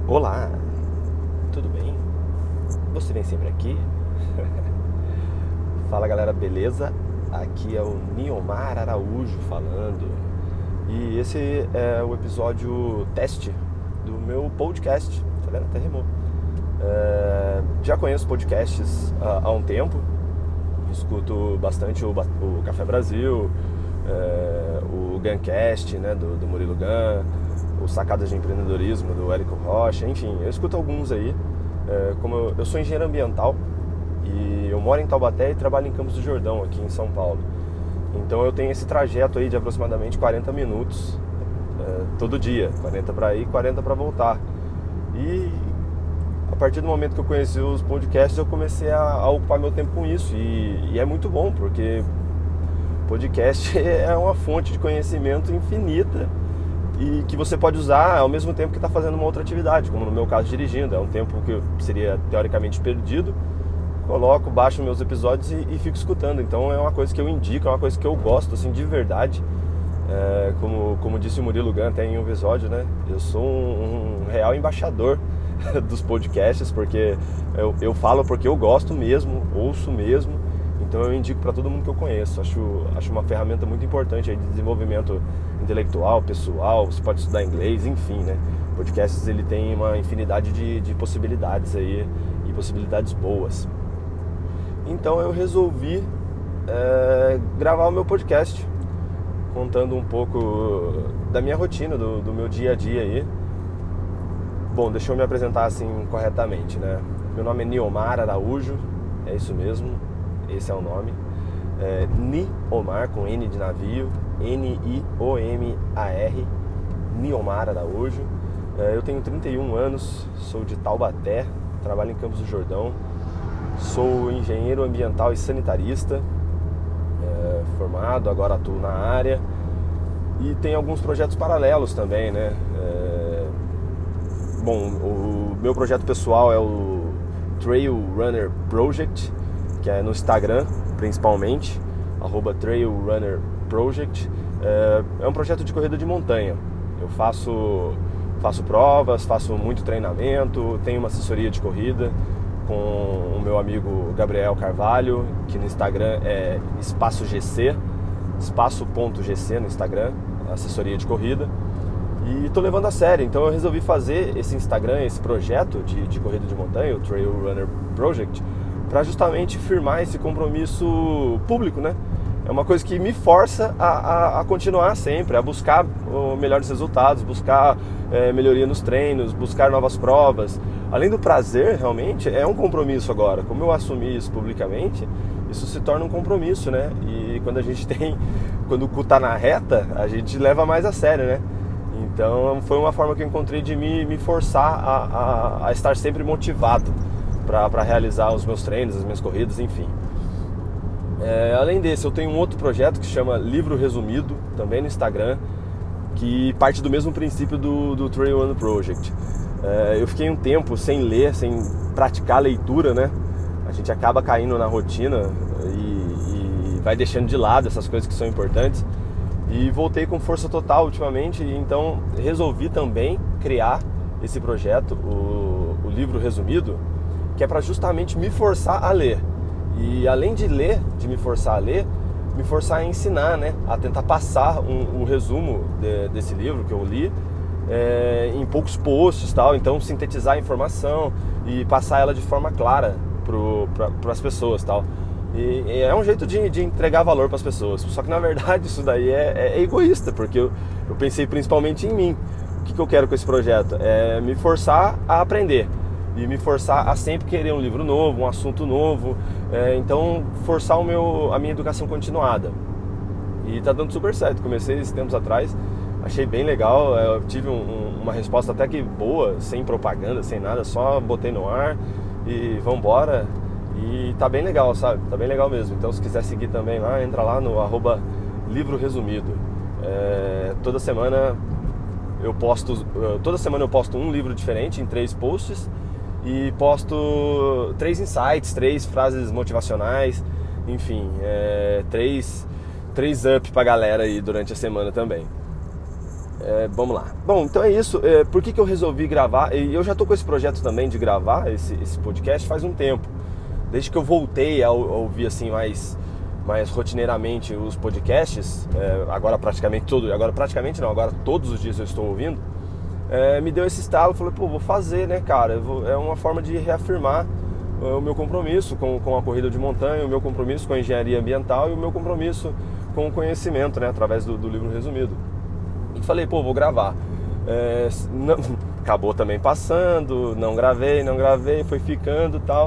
Olá, tudo bem? Você vem sempre aqui? Fala galera, beleza? Aqui é o Niomar Araújo falando. E esse é o episódio teste do meu podcast. Tá vendo? Até rimou. Já conheço podcasts há um tempo. Escuto bastante o Café Brasil, o Guncast, né, do Murilo Gun, o Sacadas de Empreendedorismo do Érico Rocha, enfim, eu escuto alguns aí. Como eu sou engenheiro ambiental e eu moro em Taubaté e trabalho em Campos do Jordão, aqui em São Paulo. Então eu tenho esse trajeto aí de aproximadamente 40 minutos todo dia, 40 para ir, 40 para voltar. E a partir do momento que eu conheci os podcasts, eu comecei a ocupar meu tempo com isso. E é muito bom, porque podcast é uma fonte de conhecimento infinita e que você pode usar ao mesmo tempo que está fazendo uma outra atividade, como no meu caso dirigindo. É um tempo que seria teoricamente perdido. Coloco, baixo meus episódios e fico escutando. Então é uma coisa que eu indico, é uma coisa que eu gosto, assim, de verdade. Como disse o Murilo Gun até em um episódio, né? Eu sou um real embaixador dos podcasts, porque eu falo porque eu gosto mesmo, ouço mesmo. Então eu indico para todo mundo que eu conheço. Acho uma ferramenta muito importante aí de desenvolvimento intelectual, pessoal. Você pode estudar inglês, enfim, né? Podcasts, ele tem uma infinidade de possibilidades aí, e possibilidades boas. Então eu resolvi gravar o meu podcast, contando um pouco da minha rotina, do meu dia a dia aí. Bom, deixa eu me apresentar assim corretamente, né? Meu nome é Niomar Araújo, é isso mesmo, esse é o nome. Niomar, com N de navio, Niomar, Niomar Araújo. Eu tenho 31 anos, sou de Taubaté, trabalho em Campos do Jordão. Sou engenheiro ambiental e sanitarista, formado, agora atuo na área. E tenho alguns projetos paralelos também, né? Bom, o meu projeto pessoal é o Trail Runner Project, que é no Instagram, principalmente, @Trail Runner Project. É um projeto de corrida de montanha. Eu faço provas, faço muito treinamento, tenho uma assessoria de corrida com o meu amigo Gabriel Carvalho, que no Instagram é espaço.gc no Instagram, assessoria de corrida. E tô levando a sério, então eu resolvi fazer esse Instagram, esse projeto de corrida de montanha, o Trail Runner Project, para justamente firmar esse compromisso público, né? É uma coisa que me força a continuar sempre, a buscar melhores resultados, buscar melhoria nos treinos, buscar novas provas. Além do prazer, realmente, é um compromisso agora. Como eu assumi isso publicamente, isso se torna um compromisso, né? E quando o cu tá na reta, a gente leva mais a sério, né? Então foi uma forma que eu encontrei de me forçar a estar sempre motivado para realizar os meus treinos, as minhas corridas, enfim. Além desse, eu tenho um outro projeto que se chama Livro Resumido, também no Instagram, que parte do mesmo princípio do Trail Run Project. Eu fiquei um tempo sem ler, sem praticar a leitura, né? A gente acaba caindo na rotina e vai deixando de lado essas coisas que são importantes. E voltei com força total ultimamente, então resolvi também criar esse projeto, o Livro Resumido, que é para justamente me forçar a ler. E além de ler, de me forçar a ler, me forçar a ensinar, né? A tentar passar um resumo desse livro que eu li em poucos posts, tal. Então sintetizar a informação e passar ela de forma clara para as pessoas, tal. E é um jeito de entregar valor para as pessoas. Só que na verdade isso daí é egoísta, porque eu pensei principalmente em mim. O que eu quero com esse projeto? É me forçar a aprender e me forçar a sempre querer um livro novo, um assunto novo. Então forçar a minha educação continuada. E tá dando super certo. Comecei esses tempos atrás, achei bem legal. Eu tive uma resposta até que boa, sem propaganda, sem nada, só botei no ar e vambora. E tá bem legal, sabe? Tá bem legal mesmo. Então se quiser seguir também lá, entra lá no @Livro Resumido. Toda semana eu posto um livro diferente em 3 posts e posto 3 insights, 3 frases motivacionais, enfim, 3 up pra galera aí durante a semana também. Vamos lá. Bom, então é isso. Por que eu resolvi gravar? E eu já tô com esse projeto também de gravar esse podcast faz um tempo. Desde que eu voltei a ouvir assim mais rotineiramente os podcasts, agora praticamente todos os dias eu estou ouvindo, me deu esse estalo, falei, pô, vou fazer, né, cara? É uma forma de reafirmar o meu compromisso com a corrida de montanha, o meu compromisso com a engenharia ambiental e o meu compromisso com o conhecimento, né, através do livro resumido. E falei, pô, vou gravar. Acabou também passando, não gravei, foi ficando e tal.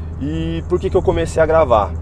E por que eu comecei a gravar?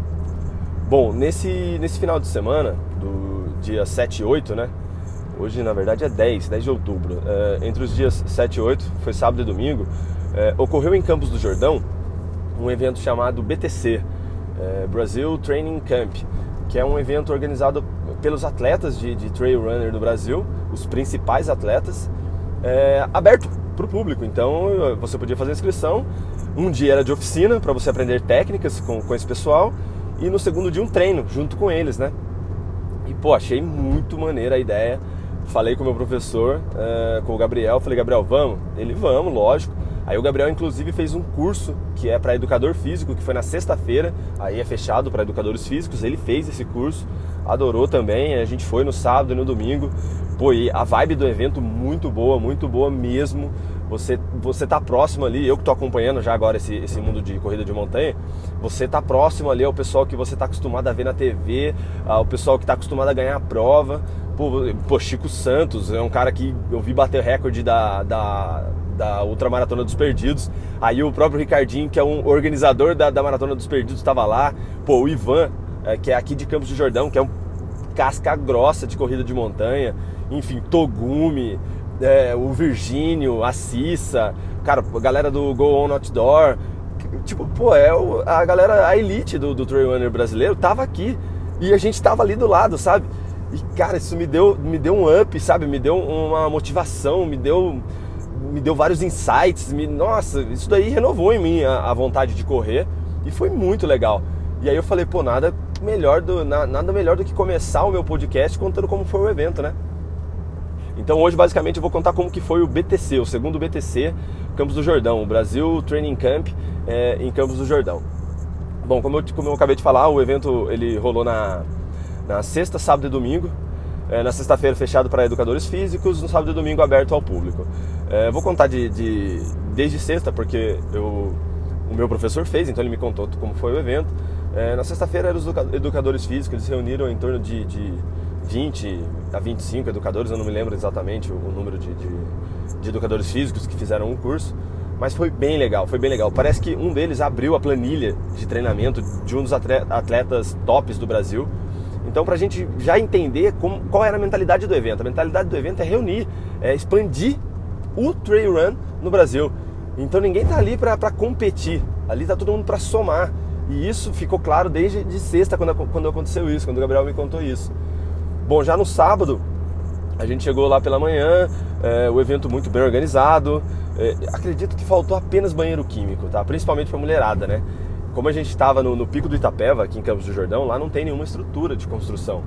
Bom, nesse final de semana, do dia 7 e 8, né? Hoje, na verdade, é 10 de outubro. Entre os dias 7 e 8, foi sábado e domingo, ocorreu em Campos do Jordão um evento chamado BTC, Brasil Training Camp, que é um evento organizado pelos atletas de trail runner do Brasil, os principais atletas, aberto para o público. Então você podia fazer inscrição. Um dia era de oficina para você aprender técnicas com esse pessoal, e no segundo dia um treino junto com eles, né? E pô, achei muito maneira a ideia. Falei com o meu professor, com o Gabriel, falei, Gabriel, vamos? Ele, vamos, lógico. Aí o Gabriel inclusive fez um curso que é para educador físico, que foi na sexta-feira, aí é fechado para educadores físicos. Ele fez esse curso, adorou também, a gente foi no sábado e no domingo. Pô, e a vibe do evento muito boa mesmo. Você tá próximo ali, eu que tô acompanhando já agora esse mundo de corrida de montanha, você tá próximo ali ao pessoal que você tá acostumado a ver na TV, ao pessoal que tá acostumado a ganhar a prova. Pô, Chico Santos é um cara que eu vi bater recorde da Ultramaratona dos Perdidos. Aí o próprio Ricardinho, que é um organizador da Maratona dos Perdidos, estava lá. Pô, o Ivan, que é aqui de Campos do Jordão, que é um casca grossa de corrida de montanha. Enfim, Togumi, o Virgínio, a Cissa, cara, a galera do Go On Outdoor. Tipo, pô, a galera, a elite do trail runner brasileiro tava aqui. E a gente tava ali do lado, sabe? E, cara, isso me deu um up, sabe? Me deu uma motivação, me deu vários insights. Nossa, isso daí renovou em mim a vontade de correr. E foi muito legal. E aí eu falei, pô, nada melhor do que começar o meu podcast contando como foi o evento, né? Então hoje basicamente eu vou contar como que foi o BTC, o segundo BTC Campos do Jordão, o Brasil Training Camp em Campos do Jordão. Bom, como eu acabei de falar, o evento ele rolou na sexta, sábado e domingo. Na sexta-feira fechado para educadores físicos, no sábado e domingo aberto ao público. Vou contar desde sexta, porque o meu professor fez, então ele me contou como foi o evento. Na sexta-feira eram os educadores físicos, eles se reuniram em torno de 20 a 25 educadores, eu não me lembro exatamente o número de educadores físicos que fizeram um curso, mas foi bem legal. Parece que um deles abriu a planilha de treinamento de um dos atletas tops do Brasil. Então, pra gente já entender qual era a mentalidade do evento. A mentalidade do evento é reunir, expandir o trail run no Brasil. Então ninguém tá ali pra competir, ali tá todo mundo pra somar. E isso ficou claro desde de sexta, quando aconteceu isso, quando o Gabriel me contou isso. Bom, já no sábado, a gente chegou lá pela manhã, o evento muito bem organizado. Acredito que faltou apenas banheiro químico, tá? Principalmente pra mulherada, né? Como a gente estava no Pico do Itapeva, aqui em Campos do Jordão, lá não tem nenhuma estrutura de construção.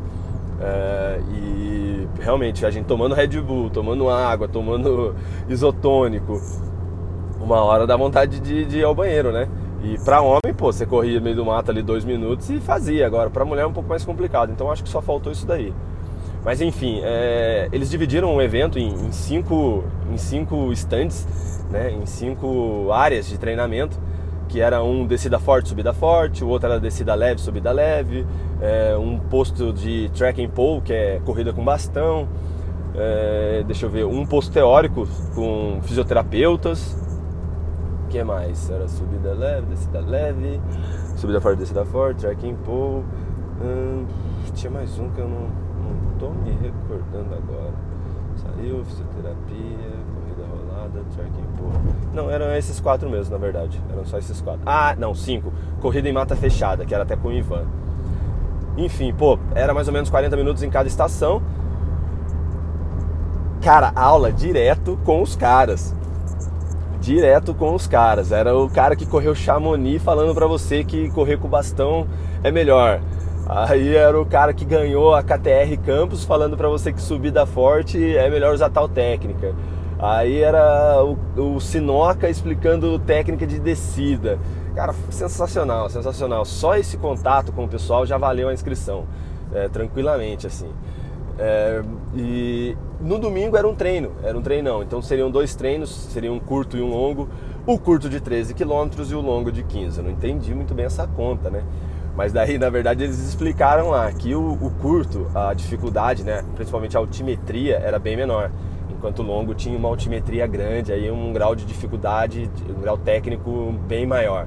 E realmente, a gente tomando Red Bull, tomando água, tomando isotônico, uma hora dá vontade de ir ao banheiro, né? E pra homem, pô, você corria no meio do mato ali 2 minutos e fazia. Agora, pra mulher é um pouco mais complicado. Então acho que só faltou isso daí. Mas enfim, eles dividiram o evento em cinco stands, né? Em 5 áreas de treinamento. Que era um descida forte, subida forte, o outro era descida leve, subida leve, um posto de track and pole, que é corrida com bastão, deixa eu ver, um posto teórico com fisioterapeutas. O que mais? Era subida leve, subida forte, track and pole. Tinha mais um que eu não tô me recordando agora. Saiu, fisioterapia, corrida rolada, track and pole. Não, eram esses 4 mesmo, na verdade. Eram só esses 4. Ah, não, 5. Corrida em mata fechada, que era até com o Ivan. Enfim, pô, era mais ou menos 40 minutos em cada estação. Cara, aula direto com os caras. Era o cara que correu Chamonix falando pra você que correr com bastão é melhor. Aí era o cara que ganhou a KTR Campus falando pra você que subida forte é melhor usar tal técnica. Aí era o Sinoca explicando técnica de descida. Cara, sensacional, sensacional. Só esse contato com o pessoal já valeu a inscrição, tranquilamente, assim. E no domingo era um treinão. Então seriam 2 treinos, seria um curto e um longo. O curto de 13 km e o longo de 15. Eu não entendi muito bem essa conta, né? Mas daí, na verdade, eles explicaram lá que o curto, a dificuldade, né, principalmente a altimetria, era bem menor. Enquanto o longo tinha uma altimetria grande, aí um grau de dificuldade, um grau técnico bem maior.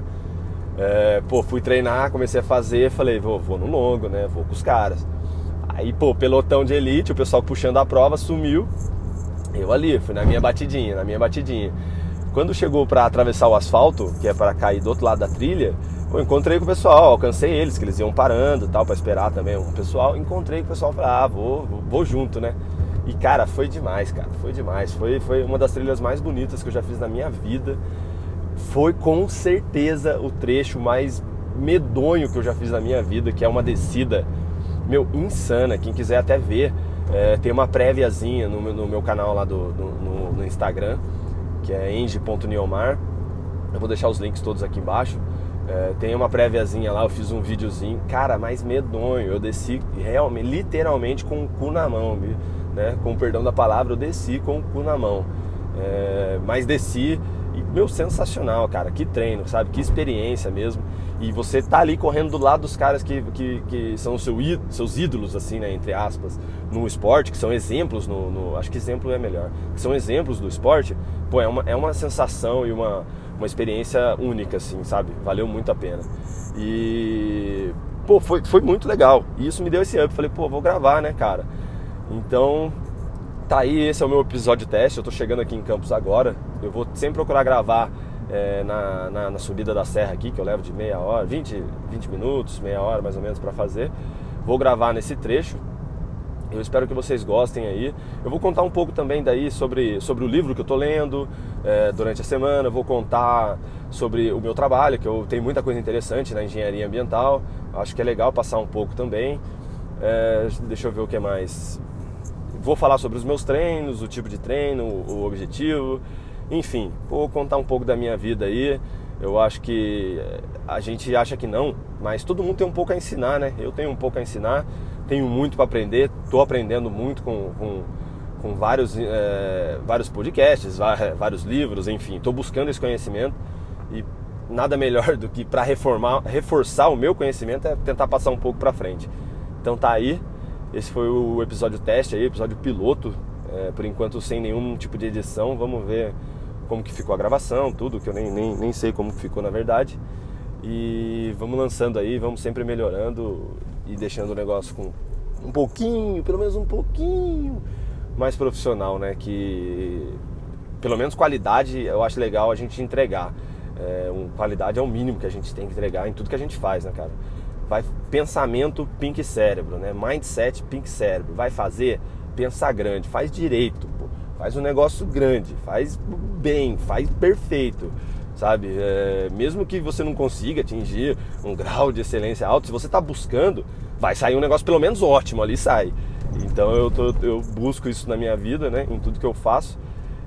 Fui treinar, comecei a fazer, falei, vou no longo, né, vou com os caras. Aí, pelotão de elite, o pessoal puxando a prova, sumiu. Eu ali, fui na minha batidinha. Quando chegou pra atravessar o asfalto, que é para cair do outro lado da trilha, eu encontrei com o pessoal, alcancei eles, que eles iam parando, tal, para esperar também um pessoal. Encontrei com o pessoal, falei, vou junto, né? E cara, foi demais, cara, foi demais. Foi uma das trilhas mais bonitas que eu já fiz na minha vida. Foi com certeza o trecho mais medonho que eu já fiz na minha vida, que é uma descida, insana. Quem quiser até ver, tem uma préviazinha no meu canal lá no Instagram, que é eng.neomar. Eu vou deixar os links todos aqui embaixo. Tem uma préviazinha lá, eu fiz um videozinho, cara, mais medonho. Eu desci realmente, literalmente com o cu na mão, né? Com o perdão da palavra, eu desci com o cu na mão. Mas desci e, sensacional, cara, que treino, sabe? Que experiência mesmo. E você tá ali correndo do lado dos caras que são seus ídolos, assim, né? Entre aspas, no esporte, que são exemplos, acho que exemplo é melhor, que são exemplos do esporte. É uma sensação e uma experiência única, assim, sabe? Valeu muito a pena. E, foi muito legal. E isso me deu esse up. Falei, vou gravar, né, cara? Então, tá aí, esse é o meu episódio teste. Eu tô chegando aqui em Campos agora. Eu vou sempre procurar gravar na subida da serra aqui, que eu levo de meia hora, 20 minutos, meia hora mais ou menos pra fazer. Vou gravar nesse trecho. Eu espero que vocês gostem aí. Eu vou contar um pouco também daí sobre o livro que eu tô lendo durante a semana. Eu vou contar sobre o meu trabalho, que eu tenho muita coisa interessante na engenharia ambiental. Acho que é legal passar um pouco também. Deixa eu ver o que mais. Vou falar sobre os meus treinos, o tipo de treino, o objetivo. Enfim, vou contar um pouco da minha vida aí. Eu acho que a gente acha que não, mas todo mundo tem um pouco a ensinar, né? Eu tenho um pouco a ensinar, tenho muito para aprender, estou aprendendo muito com vários podcasts, vários livros, enfim, estou buscando esse conhecimento e nada melhor do que para reforçar o meu conhecimento é tentar passar um pouco para frente. Então tá aí, esse foi o episódio teste aí, episódio piloto, por enquanto sem nenhum tipo de edição. Vamos ver como que ficou a gravação, tudo, que eu nem sei como que ficou na verdade. E vamos lançando aí, vamos sempre melhorando e deixando o negócio com um pouquinho, pelo menos um pouquinho mais profissional, né? Que pelo menos qualidade eu acho legal a gente entregar. Qualidade é o mínimo que a gente tem que entregar em tudo que a gente faz, né, cara? Pensamento, pink cérebro, né? Mindset, pink cérebro. Vai fazer, pensa grande, faz direito, pô. Faz um negócio grande, faz bem, faz perfeito, sabe? Mesmo que você não consiga atingir um grau de excelência alto, se você está buscando, vai sair um negócio pelo menos ótimo, ali sai. Então eu busco isso na minha vida, né? Em tudo que eu faço,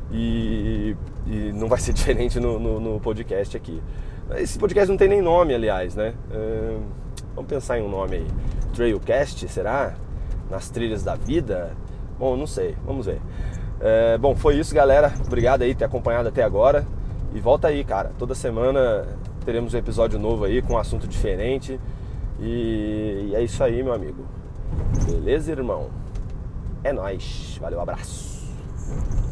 e não vai ser diferente no podcast aqui. Esse podcast não tem nem nome, aliás, né? Vamos pensar em um nome aí. Trailcast, será? Nas trilhas da vida? Bom, não sei, vamos ver. Bom, foi isso, galera. Obrigado aí por ter acompanhado até agora. E volta aí, cara. Toda semana teremos um episódio novo aí com um assunto diferente. E é isso aí, meu amigo. Beleza, irmão? É nóis. Valeu, abraço.